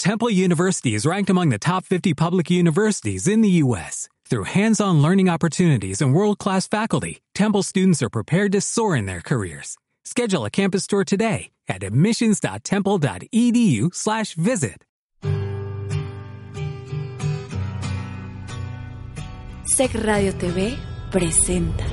Temple University is ranked among the top 50 public universities in the U.S. Through hands-on learning opportunities and world-class faculty, Temple students are prepared to soar in their careers. Schedule a campus tour today at admissions.temple.edu/visit. SEC Radio TV presenta.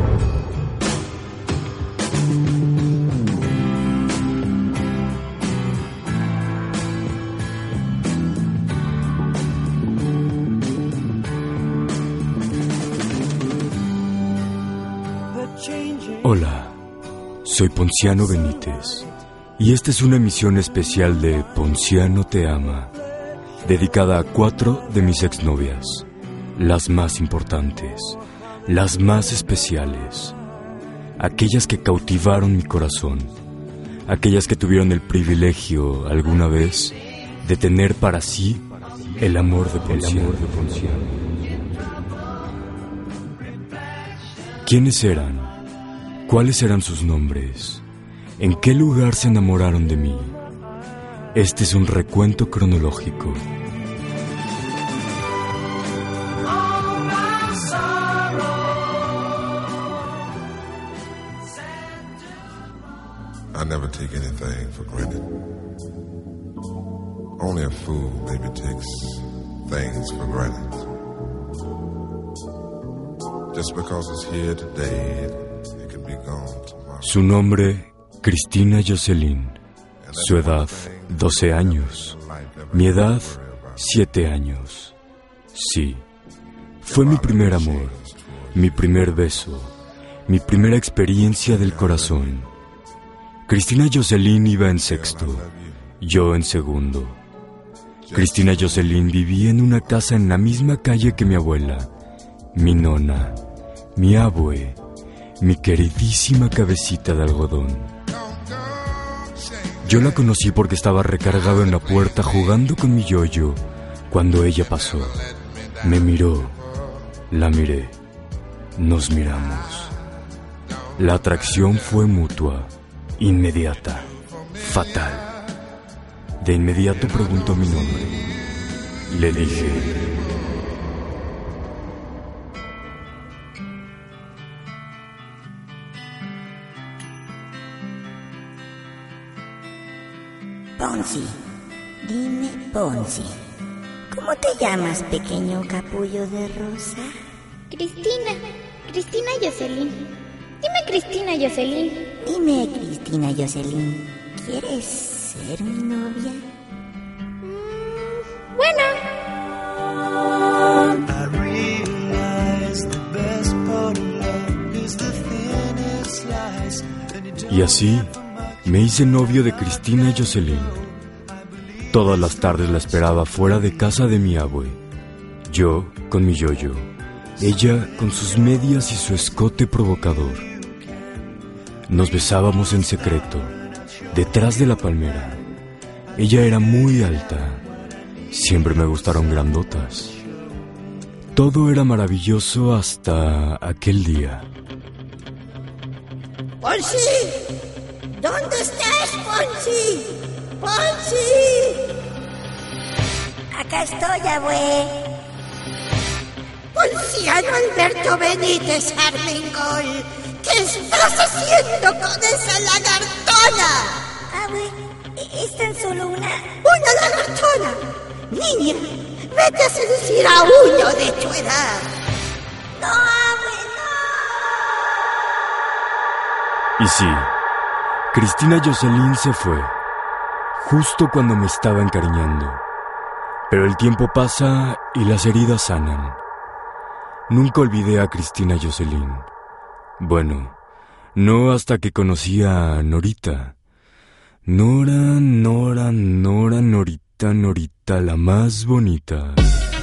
Hola, soy Ponciano Benítez y esta es una emisión especial de Ponciano te ama, dedicada a 4 de mis exnovias, las más importantes, las más especiales, aquellas que cautivaron mi corazón, aquellas que tuvieron el privilegio alguna vez de tener para sí el amor de Ponciano. ¿Quiénes eran? ¿Cuáles eran sus nombres? ¿En qué lugar se enamoraron de mí? Este es un recuento cronológico. I never take anything for granted. Only a fool maybe takes things for granted. Just because it's here today, it can be gone tomorrow. Su nombre, Cristina Jocelyn. Su edad, 12 años. Mi edad, 7 años. Sí, fue mi primer amor, mi primer beso, mi primera experiencia del corazón. Cristina Jocelyn iba en sexto, yo en segundo. Cristina Jocelyn vivía en una casa en la misma calle que mi abuela, mi nona, mi abue, mi queridísima cabecita de algodón. Yo la conocí porque estaba recargado en la puerta jugando con mi yoyo cuando ella pasó. Me miró, la miré, nos miramos. La atracción fue mutua, inmediata, fatal. De inmediato preguntó mi nombre. Le dije: Ponzi, dime Ponzi, ¿cómo te llamas, pequeño capullo de rosa? Cristina Jocelyn. Dime Cristina Jocelyn. Dime Cristina Jocelyn, ¿quieres ser mi novia? Bueno. Y así me hice novio de Cristina Jocelyn. Todas las tardes la esperaba fuera de casa de mi abue. Yo con mi yoyo, ella con sus medias y su escote provocador. Nos besábamos en secreto, detrás de la palmera. Ella era muy alta. Siempre me gustaron grandotas. Todo era maravilloso hasta aquel día. ¡Ponzi! ¿Dónde estás, Ponzi? ¡Ponzi! Acá estoy, abue. Ponciano Alberto Benítez Armengol, ¿qué estás haciendo con esa lagartona? Abue, es tan solo una lagartona. Niña, vete a seducir a uno de tu edad. No, abue, no. Y sí, Cristina Jocelyn se fue, justo cuando me estaba encariñando. Pero el tiempo pasa y las heridas sanan. Nunca olvidé a Cristina Jocelyn. Bueno, no hasta que conocí a Norita. Norita, la más bonita.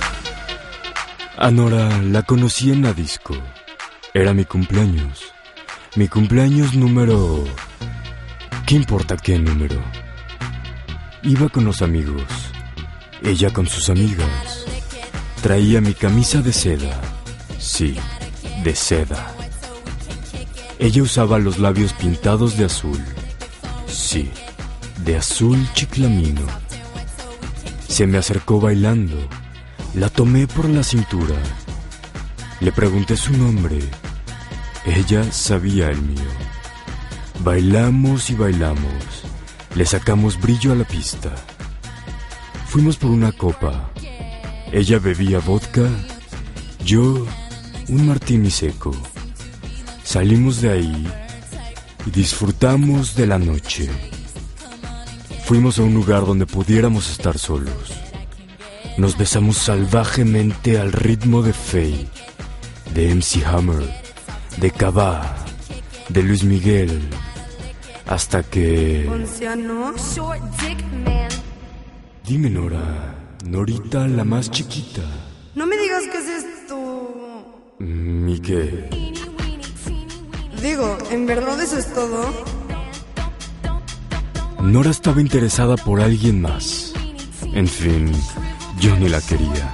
A Nora la conocí en la disco. Era mi cumpleaños. Mi cumpleaños número... ¿Qué importa qué número? Iba con los amigos. Ella con sus amigas. Traía mi camisa de seda. Sí, de seda. Ella usaba los labios pintados de azul. Sí, de azul chiclamino. Se me acercó bailando. La tomé por la cintura. Le pregunté su nombre. Ella sabía el mío. Bailamos y bailamos. Le sacamos brillo a la pista. Fuimos por una copa. Ella bebía vodka, yo un martini seco. Salimos de ahí y disfrutamos de la noche. Fuimos a un lugar donde pudiéramos estar solos. Nos besamos salvajemente al ritmo de Faye, de MC Hammer, de Cabá, de Luis Miguel, hasta que... Dime, Nora, Norita la más chiquita. No me digas qué es esto. ¿Y qué? Digo, ¿en verdad eso es todo? Nora estaba interesada por alguien más. En fin, yo ni la quería.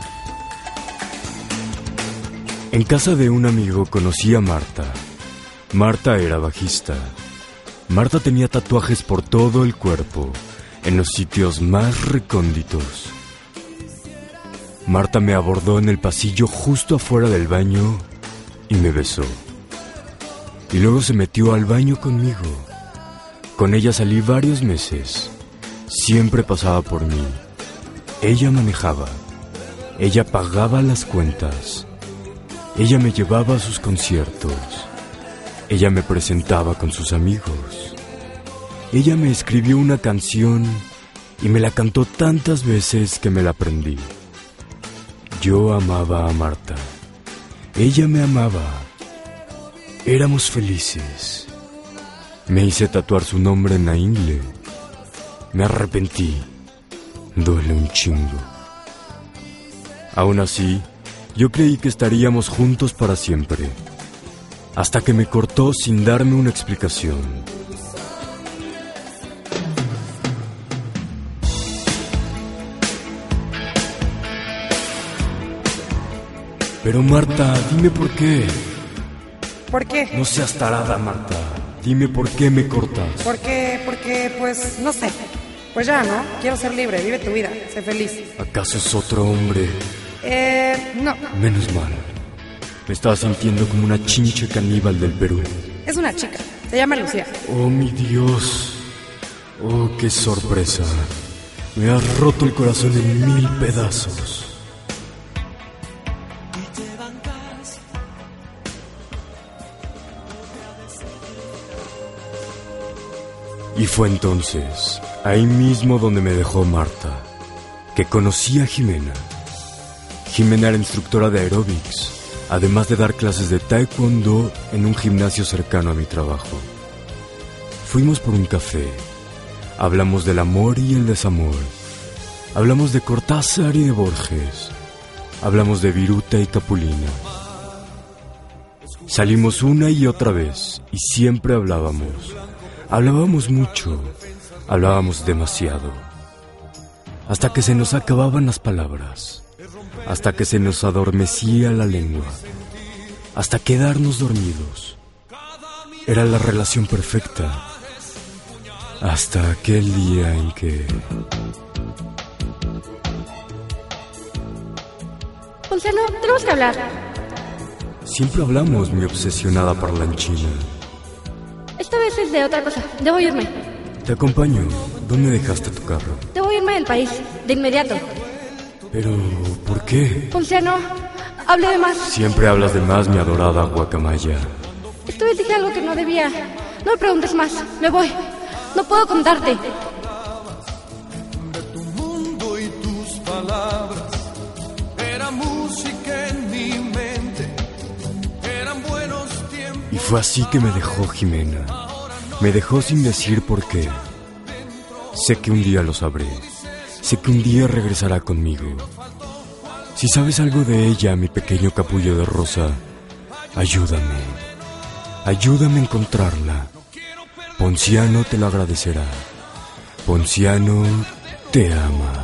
En casa de un amigo conocí a Marta. Marta era bajista. Marta tenía tatuajes por todo el cuerpo, en los sitios más recónditos. Marta me abordó en el pasillo justo afuera del baño y me besó. Y luego se metió al baño conmigo. Con ella salí varios meses. Siempre pasaba por mí. Ella manejaba. Ella pagaba las cuentas. Ella me llevaba a sus conciertos. Ella me presentaba con sus amigos. Ella me escribió una canción y me la cantó tantas veces que me la aprendí. Yo amaba a Marta. Ella me amaba. Éramos felices. Me hice tatuar su nombre en la ingle. Me arrepentí. Duele un chingo. Aún así, yo creí que estaríamos juntos para siempre. Hasta que me cortó sin darme una explicación. Pero Marta, dime por qué. ¿Por qué? No seas tarada, Marta. Dime por qué me cortas. Porque, pues, no sé. Pues ya, ¿no? Quiero ser libre, vive tu vida, sé feliz. ¿Acaso es otro hombre? No. Menos mal. Me estaba sintiendo como una chinche caníbal del Perú. Es una chica, se llama Lucía. Oh, mi Dios. Oh, qué sorpresa. Me has roto el corazón en 1000 pedazos. Y fue entonces, ahí mismo donde me dejó Marta, que conocí a Jimena. Jimena era instructora de aeróbics, además de dar clases de taekwondo en un gimnasio cercano a mi trabajo. Fuimos por un café, hablamos del amor y el desamor, hablamos de Cortázar y de Borges, hablamos de Viruta y Capulina. Salimos una y otra vez y siempre hablábamos. Hablábamos mucho, hablábamos demasiado, hasta que se nos acababan las palabras, hasta que se nos adormecía la lengua, hasta quedarnos dormidos. Era la relación perfecta, hasta aquel día en que... Gonzalo, tenemos que hablar. Siempre hablamos, mi obsesionada parlanchina. Esta vez es de otra cosa. Debo irme. Te acompaño. ¿Dónde dejaste tu carro? Debo irme del país, de inmediato. Pero, ¿por qué? Ponciano, hable de más. Siempre hablas de más, mi adorada guacamaya. Esta vez dije algo que no debía. No me preguntes más. Me voy. No puedo contarte. De tu mundo y tus palabras era música en mi mente. Eran buenos tiempos. Y fue así que me dejó Jimena. Me dejó sin decir por qué. Sé que un día lo sabré. Sé que un día regresará conmigo. Si sabes algo de ella, mi pequeño capullo de rosa, ayúdame. Ayúdame a encontrarla. Ponciano te lo agradecerá. Ponciano te ama.